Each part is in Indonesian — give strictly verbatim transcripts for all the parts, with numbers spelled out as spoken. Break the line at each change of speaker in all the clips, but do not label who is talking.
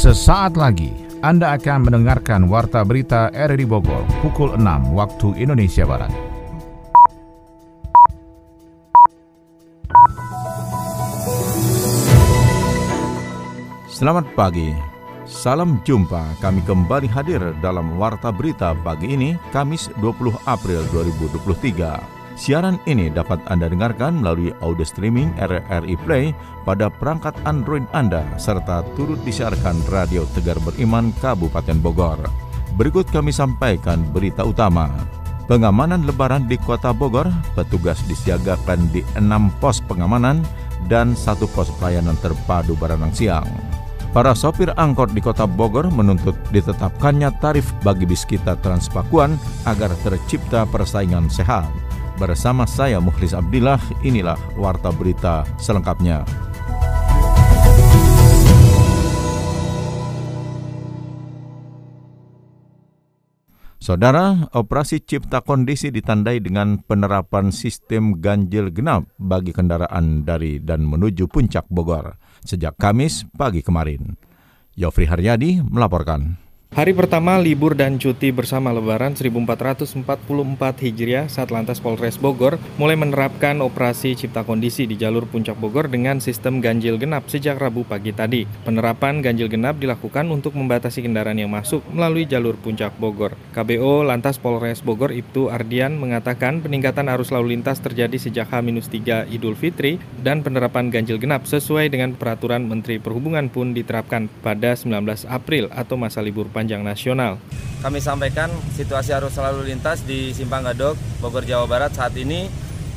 Sesaat lagi Anda akan mendengarkan Warta Berita R R I Bogor pukul enam waktu Indonesia Barat. Selamat pagi, salam jumpa. Kami kembali hadir dalam Warta Berita pagi ini, Kamis dua puluh April dua ribu dua puluh tiga. Siaran ini dapat Anda dengarkan melalui audio streaming R R I Play pada perangkat Android Anda, serta turut disiarkan Radio Tegar Beriman Kabupaten Bogor. Berikut kami sampaikan berita utama. Pengamanan Lebaran di Kota Bogor, petugas disiagakan di enam pos pengamanan dan satu pos pelayanan terpadu Baranang Siang. Para sopir angkot di Kota Bogor menuntut ditetapkannya tarif bagi bis kita Transpakuan agar tercipta persaingan sehat. Bersama saya Mukhlis Abdillah, inilah Warta Berita selengkapnya. Saudara, operasi Cipta Kondisi ditandai dengan penerapan sistem ganjil genap bagi kendaraan dari dan menuju Puncak Bogor sejak Kamis pagi kemarin. Yofri Haryadi melaporkan.
Hari pertama libur dan cuti bersama Lebaran seribu empat ratus empat puluh empat Hijriah, Satlantas Polres Bogor mulai menerapkan operasi Cipta Kondisi di jalur Puncak Bogor dengan sistem ganjil genap sejak Rabu pagi tadi. Penerapan ganjil genap dilakukan untuk membatasi kendaraan yang masuk melalui jalur Puncak Bogor. K B O Lantas Polres Bogor Ibtu Ardian mengatakan peningkatan arus lalu lintas terjadi sejak H minus tiga Idul Fitri dan penerapan ganjil genap sesuai dengan peraturan Menteri Perhubungan pun diterapkan pada sembilan belas April atau masa libur panjang nasional.
Kami sampaikan situasi arus lalu lintas di Simpang Gadok, Bogor, Jawa Barat saat ini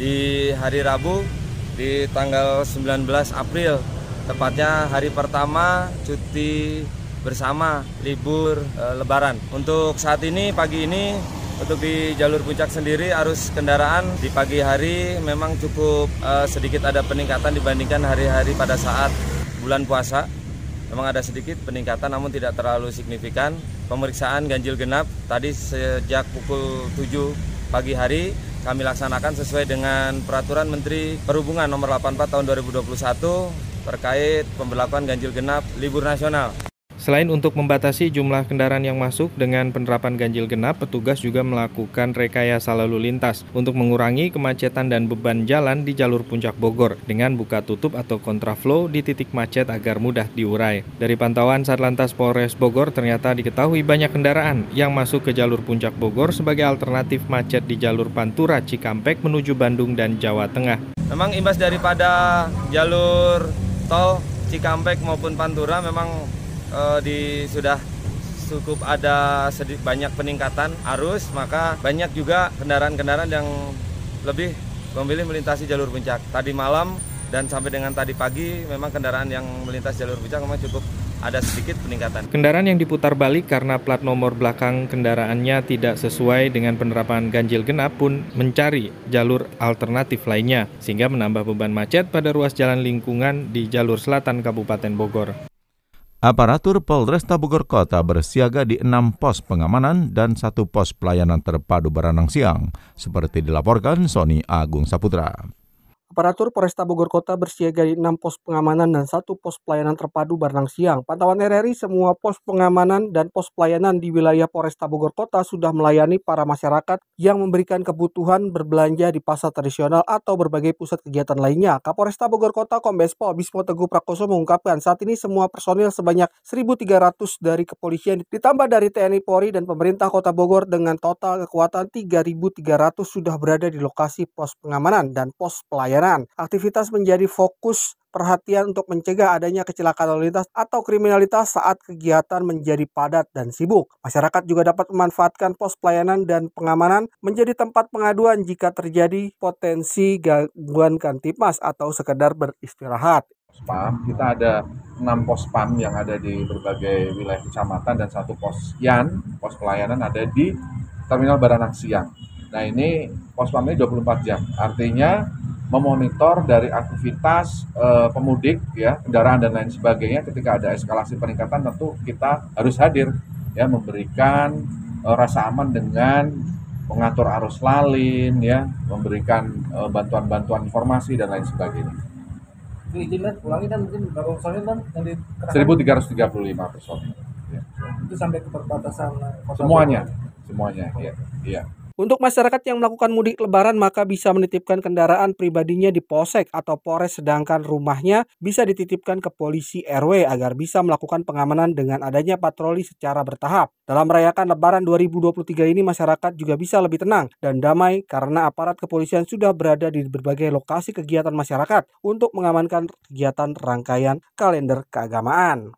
di hari Rabu di tanggal sembilan belas April, tepatnya hari pertama cuti bersama libur e, Lebaran. Untuk saat ini pagi ini untuk di jalur Puncak sendiri arus kendaraan di pagi hari memang cukup e, sedikit ada peningkatan dibandingkan hari-hari pada saat bulan puasa. Memang ada sedikit peningkatan namun tidak terlalu signifikan. Pemeriksaan ganjil genap tadi sejak pukul tujuh pagi hari kami laksanakan sesuai dengan peraturan Menteri Perhubungan nomor delapan puluh empat tahun dua ribu dua puluh satu terkait pemberlakuan ganjil genap libur nasional.
Selain untuk membatasi jumlah kendaraan yang masuk dengan penerapan ganjil genap, petugas juga melakukan rekayasa lalu lintas untuk mengurangi kemacetan dan beban jalan di jalur Puncak Bogor dengan buka tutup atau kontraflow di titik macet agar mudah diurai. Dari pantauan Satlantas Polres Bogor ternyata diketahui banyak kendaraan yang masuk ke jalur Puncak Bogor sebagai alternatif macet di jalur Pantura Cikampek menuju Bandung dan Jawa Tengah.
Memang imbas daripada jalur tol Cikampek maupun Pantura memang Uh, di sudah cukup ada sedikit banyak peningkatan arus, maka banyak juga kendaraan-kendaraan yang lebih memilih melintasi jalur Puncak. Tadi malam dan sampai dengan tadi pagi memang kendaraan yang melintas jalur Puncak memang cukup ada sedikit peningkatan.
Kendaraan yang diputar balik karena plat nomor belakang kendaraannya tidak sesuai dengan penerapan ganjil genap pun mencari jalur alternatif lainnya sehingga menambah beban macet pada ruas jalan lingkungan di jalur selatan Kabupaten Bogor.
Aparatur Polresta Bogor Kota bersiaga di enam pos pengamanan dan satu pos pelayanan terpadu Baranang Siang, seperti dilaporkan Sony Agung Saputra.
Aparatur Polresta Bogor Kota bersiaga di enam pos pengamanan dan satu pos pelayanan terpadu Baranang Siang. Pantauan R R I, semua pos pengamanan dan pos pelayanan di wilayah Polresta Bogor Kota sudah melayani para masyarakat yang memberikan kebutuhan berbelanja di pasar tradisional atau berbagai pusat kegiatan lainnya. Kapolresta Bogor Kota Kombes Pol Bismo Teguh Prakoso mengungkapkan saat ini semua personil sebanyak seribu tiga ratus dari kepolisian ditambah dari T N I Polri dan pemerintah Kota Bogor dengan total kekuatan tiga ribu tiga ratus sudah berada di lokasi pos pengamanan dan pos pelayanan. Aktivitas menjadi fokus perhatian untuk mencegah adanya kecelakaan lalu lintas atau kriminalitas saat kegiatan menjadi padat dan sibuk. Masyarakat juga dapat memanfaatkan pos pelayanan dan pengamanan menjadi tempat pengaduan jika terjadi potensi gangguan Kamtibmas atau sekedar beristirahat.
Spam, kita ada enam pos spam yang ada di berbagai wilayah kecamatan dan satu pos yan, pos pelayanan ada di Terminal Baranang Siang. Nah ini pos spam ini dua puluh empat jam, artinya memonitor dari aktivitas e, pemudik, ya, kendaraan dan lain sebagainya. Ketika ada eskalasi peningkatan, tentu kita harus hadir, ya, memberikan e, rasa aman dengan mengatur arus lalin, ya, memberikan e, bantuan-bantuan informasi dan lain sebagainya.
izin dan ulangi dan mungkin berapa personil dan yang dikerahkan?
seribu tiga ratus tiga puluh lima personil. Ya.
Itu sampai ke perbatasan kota
Semuanya,
Bogor.
semuanya, ya. Iya.
Untuk masyarakat yang melakukan mudik lebaran maka bisa menitipkan kendaraan pribadinya di Polsek atau Polres, sedangkan rumahnya bisa dititipkan ke polisi R W agar bisa melakukan pengamanan dengan adanya patroli secara bertahap. Dalam merayakan Lebaran dua ribu dua puluh tiga ini masyarakat juga bisa lebih tenang dan damai karena aparat kepolisian sudah berada di berbagai lokasi kegiatan masyarakat untuk mengamankan kegiatan rangkaian kalender keagamaan.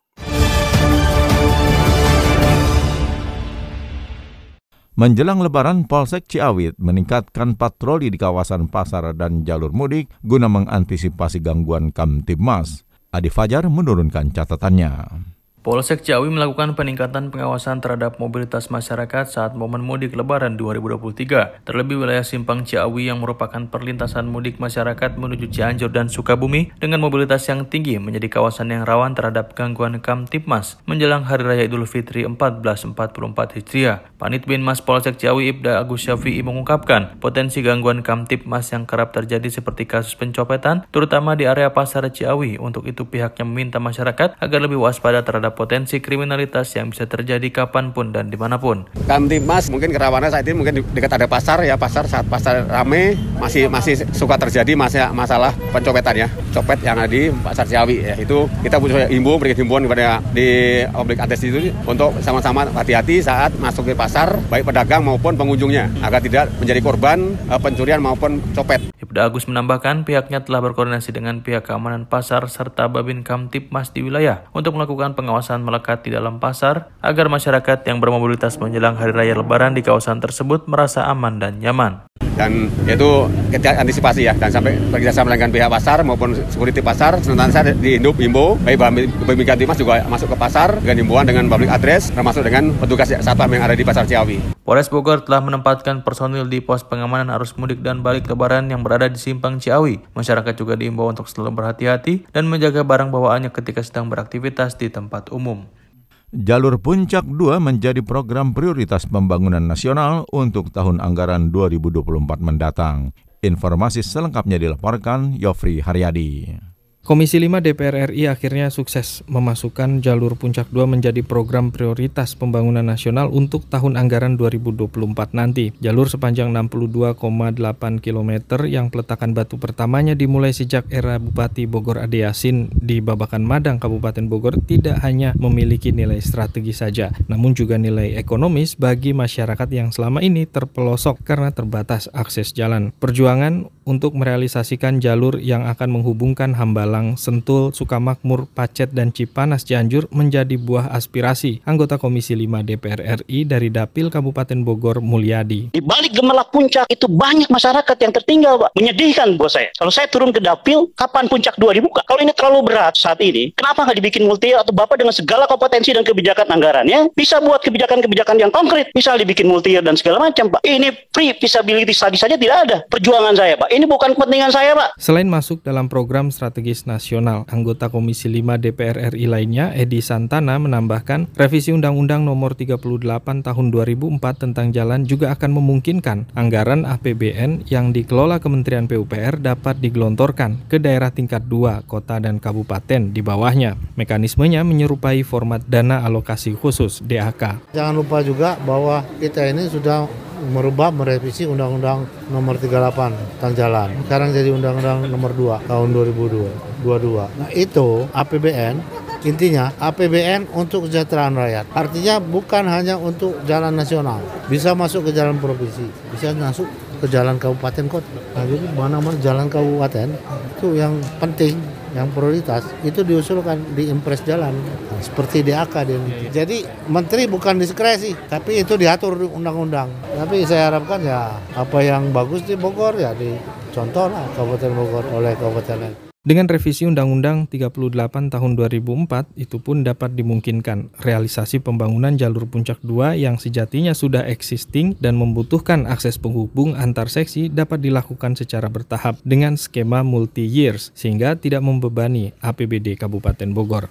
Menjelang Lebaran, Polsek Ciawi meningkatkan patroli di kawasan pasar dan jalur mudik guna mengantisipasi gangguan Kamtibmas. Adi Fajar menurunkan catatannya.
Polsek Ciawi melakukan peningkatan pengawasan terhadap mobilitas masyarakat saat momen mudik Lebaran dua ribu dua puluh tiga. Terlebih wilayah Simpang Ciawi yang merupakan perlintasan mudik masyarakat menuju Cianjur dan Sukabumi dengan mobilitas yang tinggi menjadi kawasan yang rawan terhadap gangguan Kamtibmas menjelang Hari Raya Idul Fitri seribu empat ratus empat puluh empat Hijriah. Panit Binmas Polsek Ciawi Ibda Agus Syafi'i mengungkapkan potensi gangguan Kamtibmas yang kerap terjadi seperti kasus pencopetan, terutama di area pasar Ciawi. Untuk itu pihaknya meminta masyarakat agar lebih waspada terhadap potensi kriminalitas yang bisa terjadi kapanpun dan dimanapun.
Kamtibmas mungkin kerawanan saat ini mungkin dekat ada pasar ya, pasar saat pasar rame masih masih suka terjadi masalah masalah pencopetan ya, copet yang ada di pasar Ciawi ya. Itu kita butuh himbau, berikan himbauan kepada di publik atas itu untuk sama-sama hati-hati saat masuk ke pasar, baik pedagang maupun pengunjungnya, agar tidak menjadi korban pencurian maupun copet.
Ibda Agus menambahkan pihaknya telah berkoordinasi dengan pihak keamanan pasar serta Babin Kamtibmas di wilayah untuk melakukan pengawasan melekat di dalam pasar agar masyarakat yang bermobilitas menjelang Hari Raya Lebaran di kawasan tersebut merasa aman dan nyaman.
Dan itu kita antisipasi ya, dan sampai bekerjasama dengan pihak pasar maupun security pasar, senantiasa dihimbau, baik Babin Kamtibmas juga masuk ke pasar dengan himbauan dengan public address, termasuk dengan petugas satpam yang ada di pasar Ciawi.
Polres Bogor telah menempatkan personil di pos pengamanan arus mudik dan balik Lebaran yang berada di Simpang Ciawi. Masyarakat juga diimbau untuk selalu berhati-hati dan menjaga barang bawaannya ketika sedang beraktivitas di tempat umum.
Jalur Puncak dua menjadi program prioritas pembangunan nasional untuk tahun anggaran dua ribu dua puluh empat mendatang. Informasi selengkapnya dilaporkan Yofri Haryadi.
Komisi lima D P R R I akhirnya sukses memasukkan jalur Puncak dua menjadi program prioritas pembangunan nasional untuk tahun anggaran dua ribu dua puluh empat nanti. Jalur sepanjang enam puluh dua koma delapan kilometer yang peletakan batu pertamanya dimulai sejak era Bupati Bogor Ade Yasin di Babakan Madang, Kabupaten Bogor tidak hanya memiliki nilai strategis saja, namun juga nilai ekonomis bagi masyarakat yang selama ini terpelosok karena terbatas akses jalan. Perjuangan untuk merealisasikan jalur yang akan menghubungkan Hambalang, Sentul, Sukamakmur, Pacet, dan Cipanas Cianjur menjadi buah aspirasi anggota Komisi lima D P R R I dari Dapil Kabupaten Bogor, Mulyadi.
Di balik gemerlap puncak itu banyak masyarakat yang tertinggal, Pak. Menyedihkan buat saya. Kalau saya turun ke Dapil, kapan Puncak dua dibuka? Kalau ini terlalu berat saat ini, kenapa nggak dibikin multi atau Bapak dengan segala kompetensi dan kebijakan anggarannya bisa buat kebijakan-kebijakan yang konkret, misal dibikin multi dan segala macam, Pak. Ini free feasibility study saja tidak ada. Perjuangan saya, Pak. Ini bukan kepentingan saya, Pak.
Selain masuk dalam program strategis nasional, anggota Komisi lima D P R R I lainnya, Edi Santana, menambahkan revisi Undang-Undang Nomor tiga puluh delapan Tahun dua ribu empat tentang jalan juga akan memungkinkan anggaran A P B N yang dikelola Kementerian P U P R dapat digelontorkan ke daerah tingkat dua, kota dan kabupaten di bawahnya. Mekanismenya menyerupai format dana alokasi khusus D A K.
Jangan lupa juga bahwa kita ini sudah merubah, merevisi Undang-Undang Nomor tiga puluh delapan tentang jalan. Sekarang jadi Undang-Undang Nomor dua Tahun dua ribu dua puluh dua. Nah itu A P B N, intinya A P B N untuk kesejahteraan rakyat. Artinya bukan hanya untuk jalan nasional, bisa masuk ke jalan provinsi, bisa masuk ke jalan kabupaten kota. Nah jadi mana-mana jalan kabupaten itu yang penting, yang prioritas itu diusulkan di impres jalan, nah, seperti D A K. Jadi menteri bukan diskresi, tapi itu diatur di undang-undang. Tapi saya harapkan ya apa yang bagus di Bogor ya dicontoh lah Kabupaten Bogor oleh kabupaten lain.
Dengan revisi Undang-Undang tiga puluh delapan Tahun dua ribu empat, itu pun dapat dimungkinkan realisasi pembangunan jalur Puncak dua yang sejatinya sudah existing dan membutuhkan akses penghubung antar seksi dapat dilakukan secara bertahap dengan skema multi-years sehingga tidak membebani A P B D Kabupaten Bogor.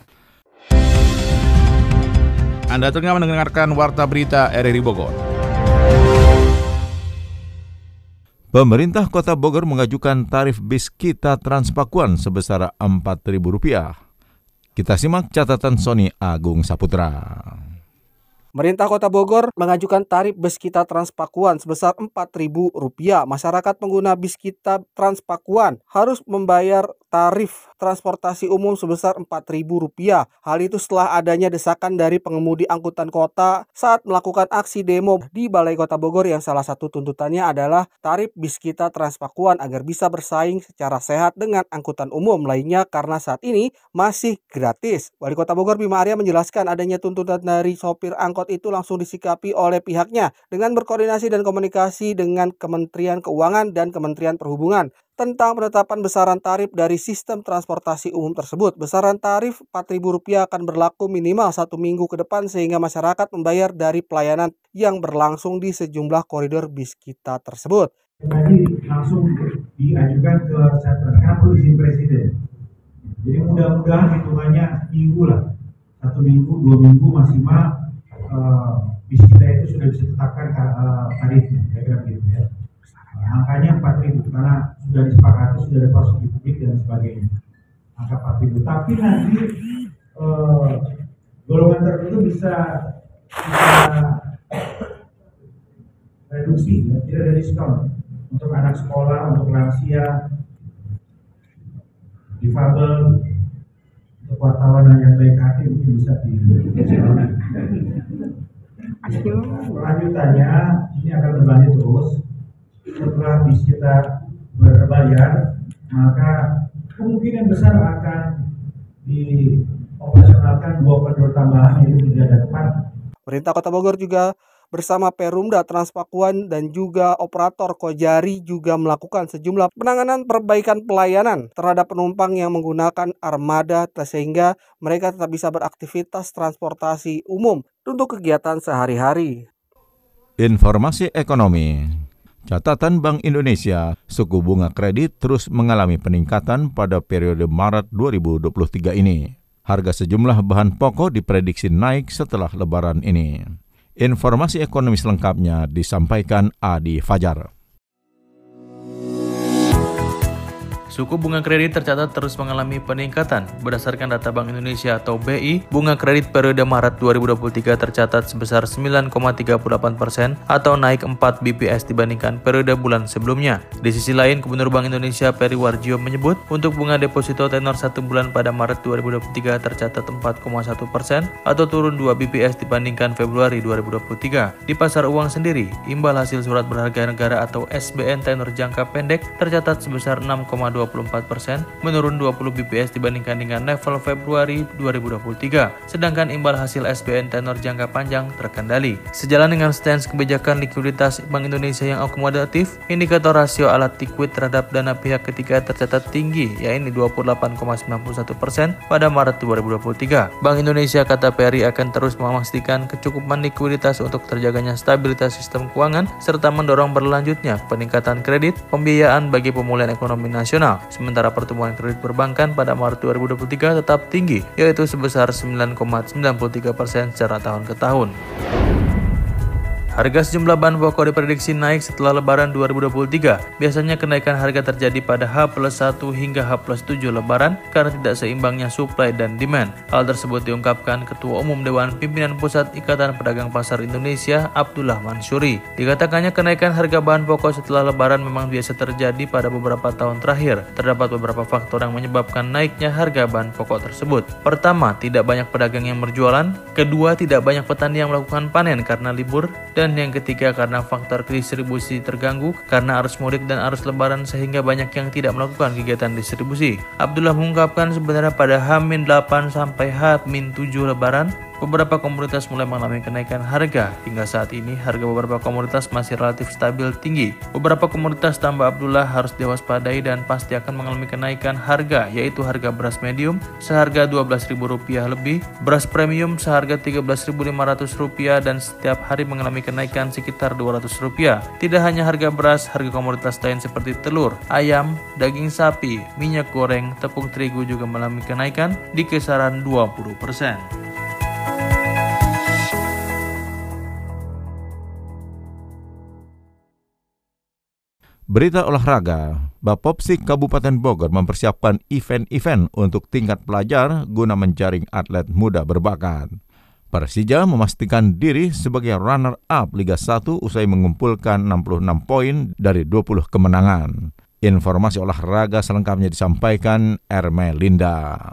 Anda tengah mendengarkan Warta Berita R R I Bogor.
Pemerintah Kota Bogor mengajukan tarif bis Kita Transpakuan sebesar empat ribu rupiah. Kita simak catatan Sony Agung Saputra.
Pemerintah Kota Bogor mengajukan tarif bis Kita Transpakuan sebesar empat ribu rupiah. Masyarakat pengguna bis Kita Transpakuan harus membayar tarif transportasi umum sebesar empat ribu rupiah. Hal itu setelah adanya desakan dari pengemudi angkutan kota saat melakukan aksi demo di Balai Kota Bogor yang salah satu tuntutannya adalah tarif bis Kita Transpakuan agar bisa bersaing secara sehat dengan angkutan umum lainnya karena saat ini masih gratis. Wali Kota Bogor Bima Arya menjelaskan adanya tuntutan dari sopir angkot itu langsung disikapi oleh pihaknya dengan berkoordinasi dan komunikasi dengan Kementerian Keuangan dan Kementerian Perhubungan tentang penetapan besaran tarif dari sistem transportasi umum tersebut. Besaran tarif empat ribu rupiah akan berlaku minimal satu minggu ke depan sehingga masyarakat membayar dari pelayanan yang berlangsung di sejumlah koridor bis Kita tersebut.
Tadi langsung diajukan ke sekarang izin presiden. Jadi mudah-mudahan hitungannya minggu lah, satu minggu, dua minggu maksimal. Uh, bis kita itu sudah bisa tetapkan uh, tarifnya, kira-kira begitu ya. Uh, angkanya empat ribu karena sudah disepakati, sudah ada proses di publik dan sebagainya. Angka empat ribu. Tapi nanti uh, golongan tertentu bisa bisa reduksi, ya, tidak ada diskon untuk anak sekolah, untuk lansia, difabel. Untuk wartawan yang baik hati mungkin bisa di lanjutannya ini akan berlanjut terus. Setelah bis kita berbayar, maka kemungkinan besar akan dioperasionalkan dua koridor tambahan yaitu tiga dan empat.
Pemerintah Kota Bogor juga bersama Perumda Transpakuan dan juga operator Kojari juga melakukan sejumlah penanganan perbaikan pelayanan terhadap penumpang yang menggunakan armada sehingga mereka tetap bisa beraktivitas transportasi umum untuk kegiatan sehari-hari.
Informasi ekonomi. Catatan Bank Indonesia, suku bunga kredit terus mengalami peningkatan pada periode Maret dua ribu dua puluh tiga ini. Harga sejumlah bahan pokok diprediksi naik setelah Lebaran ini. Informasi ekonomi selengkapnya disampaikan Adi Fajar.
Suku bunga kredit tercatat terus mengalami peningkatan. Berdasarkan data Bank Indonesia atau B I, bunga kredit periode Maret dua ribu dua puluh tiga tercatat sebesar sembilan koma tiga delapan persen atau naik empat B P S dibandingkan periode bulan sebelumnya. Di sisi lain, Gubernur Bank Indonesia Peri Warjio menyebut untuk bunga deposito tenor satu bulan pada Maret dua ribu dua puluh tiga tercatat empat koma satu persen atau turun dua B P S dibandingkan Februari dua ribu dua puluh tiga. Di pasar uang sendiri, imbal hasil surat berharga negara atau S B N tenor jangka pendek tercatat sebesar enam koma dua puluh empat persen, menurun dua puluh B P S dibandingkan dengan level Februari dua ribu dua puluh tiga. Sedangkan imbal hasil S B N tenor jangka panjang terkendali. Sejalan dengan stance kebijakan likuiditas Bank Indonesia yang akomodatif, indikator rasio alat liquid terhadap dana pihak ketiga tercatat tinggi, yaitu dua puluh delapan koma sembilan puluh satu persen pada Maret dua ribu dua puluh tiga. Bank Indonesia, kata Peri, akan terus memastikan kecukupan likuiditas untuk terjaganya stabilitas sistem keuangan serta mendorong berlanjutnya peningkatan kredit pembiayaan bagi pemulihan ekonomi nasional. Sementara pertumbuhan kredit perbankan pada Maret dua ribu dua puluh tiga tetap tinggi, yaitu sebesar sembilan koma sembilan tiga persen secara tahun ke tahun. Harga sejumlah bahan pokok diprediksi naik setelah Lebaran dua ribu dua puluh tiga. Biasanya kenaikan harga terjadi pada H plus satu hingga H plus tujuh Lebaran karena tidak seimbangnya supply dan demand. Hal tersebut diungkapkan Ketua Umum Dewan Pimpinan Pusat Ikatan Pedagang Pasar Indonesia, Abdullah Mansuri. Dikatakannya kenaikan harga bahan pokok setelah Lebaran memang biasa terjadi pada beberapa tahun terakhir. Terdapat beberapa faktor yang menyebabkan naiknya harga bahan pokok tersebut. Pertama, tidak banyak pedagang yang berjualan. Kedua, tidak banyak petani yang melakukan panen karena libur. Dan yang ketiga, karena faktor distribusi terganggu karena arus mudik dan arus lebaran sehingga banyak yang tidak melakukan kegiatan distribusi. Abdullah mengungkapkan sebenarnya pada H minus delapan sampai H minus tujuh lebaran, beberapa komoditas mulai mengalami kenaikan harga. Hingga saat ini, harga beberapa komoditas masih relatif stabil tinggi. Beberapa komoditas, tambah Abdullah, harus diwaspadai dan pasti akan mengalami kenaikan harga, yaitu harga beras medium seharga dua belas ribu rupiah lebih, beras premium seharga tiga belas ribu lima ratus rupiah dan setiap hari mengalami kenaikan sekitar dua ratus rupiah. Tidak hanya harga beras, harga komoditas lain seperti telur, ayam, daging sapi, minyak goreng, tepung terigu juga mengalami kenaikan di kisaran dua puluh persen.
Berita olahraga, Bapopsi Kabupaten Bogor mempersiapkan event-event untuk tingkat pelajar guna menjaring atlet muda berbakat. Persija memastikan diri sebagai runner-up Liga satu usai mengumpulkan enam puluh enam poin dari dua puluh kemenangan. Informasi olahraga selengkapnya disampaikan Ermelinda.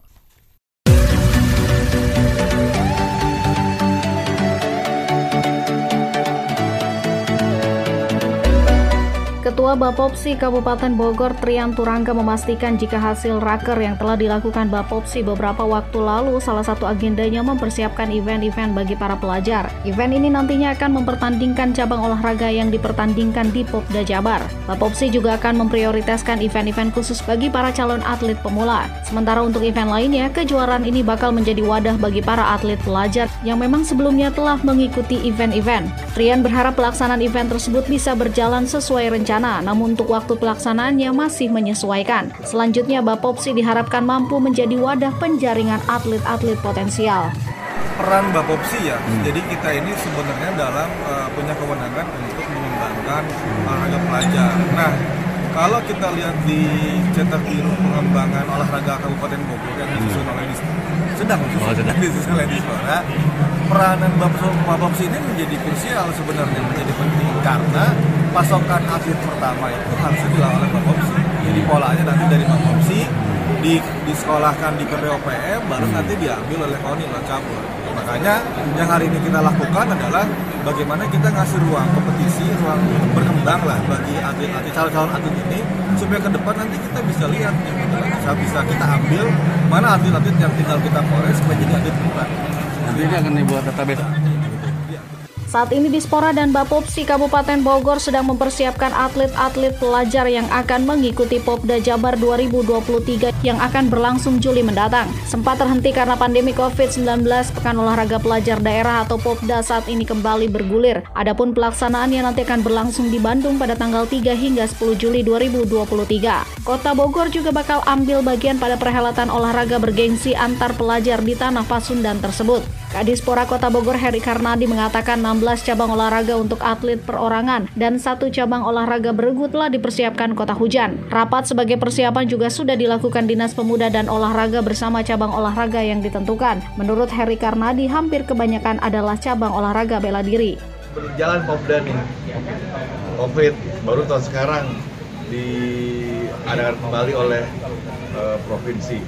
Ketua Bapopsi Kabupaten Bogor Trian Turangga memastikan jika hasil raker yang telah dilakukan Bapopsi beberapa waktu lalu salah satu agendanya mempersiapkan event-event bagi para pelajar. Event ini nantinya akan mempertandingkan cabang olahraga yang dipertandingkan di Popda Jabar. Bapopsi juga akan memprioritaskan event-event khusus bagi para calon atlet pemula. Sementara untuk event lainnya, kejuaraan ini bakal menjadi wadah bagi para atlet pelajar yang memang sebelumnya telah mengikuti event-event. Trian berharap pelaksanaan event tersebut bisa berjalan sesuai rencana. Namun untuk waktu pelaksanaannya masih menyesuaikan. Selanjutnya, Bapopsi diharapkan mampu menjadi wadah penjaringan atlet-atlet potensial.
Peran Bapopsi ya, hmm. jadi kita ini sebenarnya dalam uh, punya kewenangan untuk mengembangkan olahraga pelajar. Nah, kalau kita lihat di cetak biru pengembangan olahraga Kabupaten Bogor yang disusun oleh sedang disusun oleh Dispora, peranan Bapopsi ini menjadi krusial sebenarnya, menjadi penting karena pasokan atlet pertama itu harusnya dilakukan oleh Bapopsi. Jadi polanya nanti dari Bapopsi di disekolahkan di P P O P M, baru nanti diambil oleh KONI oleh cabur. Makanya yang hari ini kita lakukan adalah bagaimana kita ngasih ruang kompetisi, ruang berkembang lah bagi atlet-atlet calon-calon atlet ini supaya ke depan nanti kita bisa lihat yang bisa bisa kita ambil mana atlet-atlet yang tinggal kita proses menjadi atlet kita.
Nanti ini akan dibuat database.
Saat ini Dispora dan Bapopsi Kabupaten Bogor sedang mempersiapkan atlet-atlet pelajar yang akan mengikuti Popda Jabar dua ribu dua puluh tiga yang akan berlangsung Juli mendatang. Sempat terhenti karena pandemi covid sembilan belas, Pekan Olahraga Pelajar Daerah atau Popda saat ini kembali bergulir. Adapun pelaksanaannya nanti akan berlangsung di Bandung pada tanggal tiga hingga sepuluh Juli dua ribu dua puluh tiga. Kota Bogor juga bakal ambil bagian pada perhelatan olahraga bergengsi antar pelajar di Tanah Pasundan tersebut. Kadispora Kota Bogor Heri Karnadi mengatakan enam belas cabang olahraga untuk atlet perorangan dan satu cabang olahraga beregu telah dipersiapkan Kota Hujan. Rapat sebagai persiapan juga sudah dilakukan Dinas Pemuda dan Olahraga bersama cabang olahraga yang ditentukan. Menurut Heri Karnadi, hampir kebanyakan adalah cabang olahraga bela diri.
Berjalan Popda nih, Covid baru tahun sekarang diadakan kembali oleh uh, provinsi.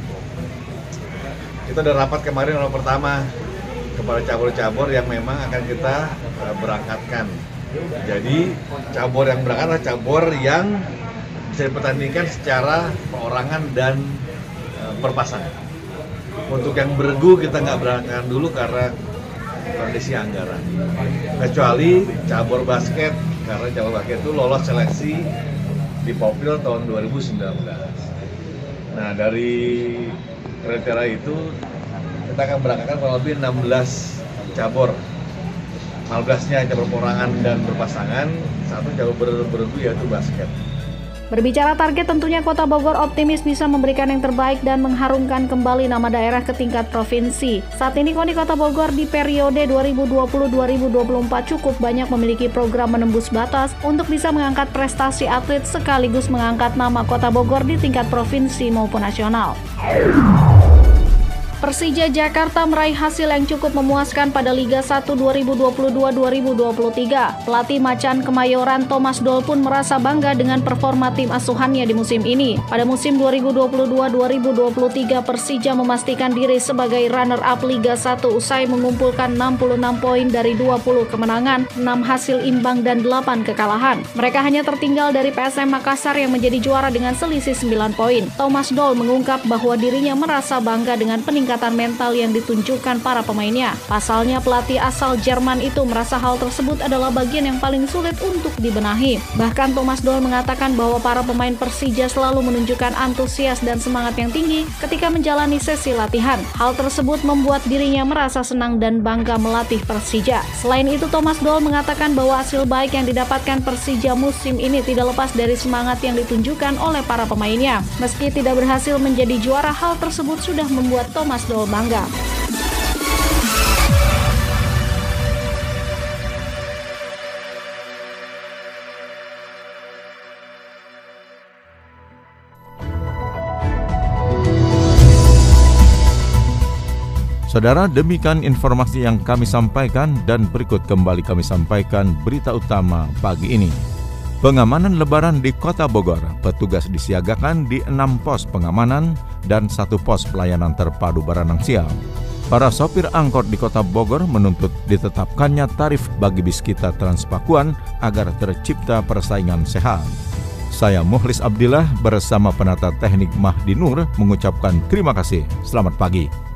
Kita udah rapat kemarin orang pertama kepada cabur-cabur yang memang akan kita uh, berangkatkan. Jadi cabur yang berangkat adalah cabur yang bisa dipertandingkan secara perorangan dan uh, perpasangan. Untuk yang beregu kita nggak berangkat dulu karena kondisi anggaran. Kecuali cabur basket, karena cabur basket itu lolos seleksi di Popil tahun dua ribu sembilan belas. Nah dari kriteria itu kita akan berangkatkan kurang lebih enam belas cabur, lima belasnya cabur perorangan dan berpasangan, satu cabur beregu yaitu basket.
Berbicara target, tentunya Kota Bogor optimis bisa memberikan yang terbaik dan mengharumkan kembali nama daerah ke tingkat provinsi. Saat ini KONI Kota Bogor di periode dua ribu dua puluh sampai dua ribu dua puluh empat cukup banyak memiliki program menembus batas untuk bisa mengangkat prestasi atlet sekaligus mengangkat nama Kota Bogor di tingkat provinsi maupun nasional. Persija Jakarta meraih hasil yang cukup memuaskan pada Liga satu dua ribu dua puluh dua dua ribu dua puluh tiga. Pelatih Macan Kemayoran Thomas Doll pun merasa bangga dengan performa tim asuhannya di musim ini. Pada musim dua ribu dua puluh dua dua ribu dua puluh tiga, Persija memastikan diri sebagai runner-up Liga satu usai mengumpulkan enam puluh enam poin dari dua puluh kemenangan, enam hasil imbang dan delapan kekalahan. Mereka hanya tertinggal dari P S M Makassar yang menjadi juara dengan selisih sembilan poin. Thomas Doll mengungkap bahwa dirinya merasa bangga dengan peningkatan peningkatan mental yang ditunjukkan para pemainnya. Pasalnya, pelatih asal Jerman itu merasa hal tersebut adalah bagian yang paling sulit untuk dibenahi. Bahkan Thomas Doll mengatakan bahwa para pemain Persija selalu menunjukkan antusias dan semangat yang tinggi ketika menjalani sesi latihan. Hal tersebut membuat dirinya merasa senang dan bangga melatih Persija. Selain itu, Thomas Doll mengatakan bahwa hasil baik yang didapatkan Persija musim ini tidak lepas dari semangat yang ditunjukkan oleh para pemainnya. Meski tidak berhasil menjadi juara, hal tersebut sudah membuat Thomas Doll bangga.
Saudara, demikian informasi yang kami sampaikan dan berikut kembali kami sampaikan berita utama pagi ini. Pengamanan Lebaran di Kota Bogor, petugas disiagakan di enam pos pengamanan dan satu pos pelayanan terpadu Baranang Siang. Para sopir angkot di Kota Bogor menuntut ditetapkannya tarif bagi bis kita Transpakuan agar tercipta persaingan sehat. Saya Mukhlis Abdillah bersama penata teknik Mahdi Nur mengucapkan terima kasih. Selamat pagi.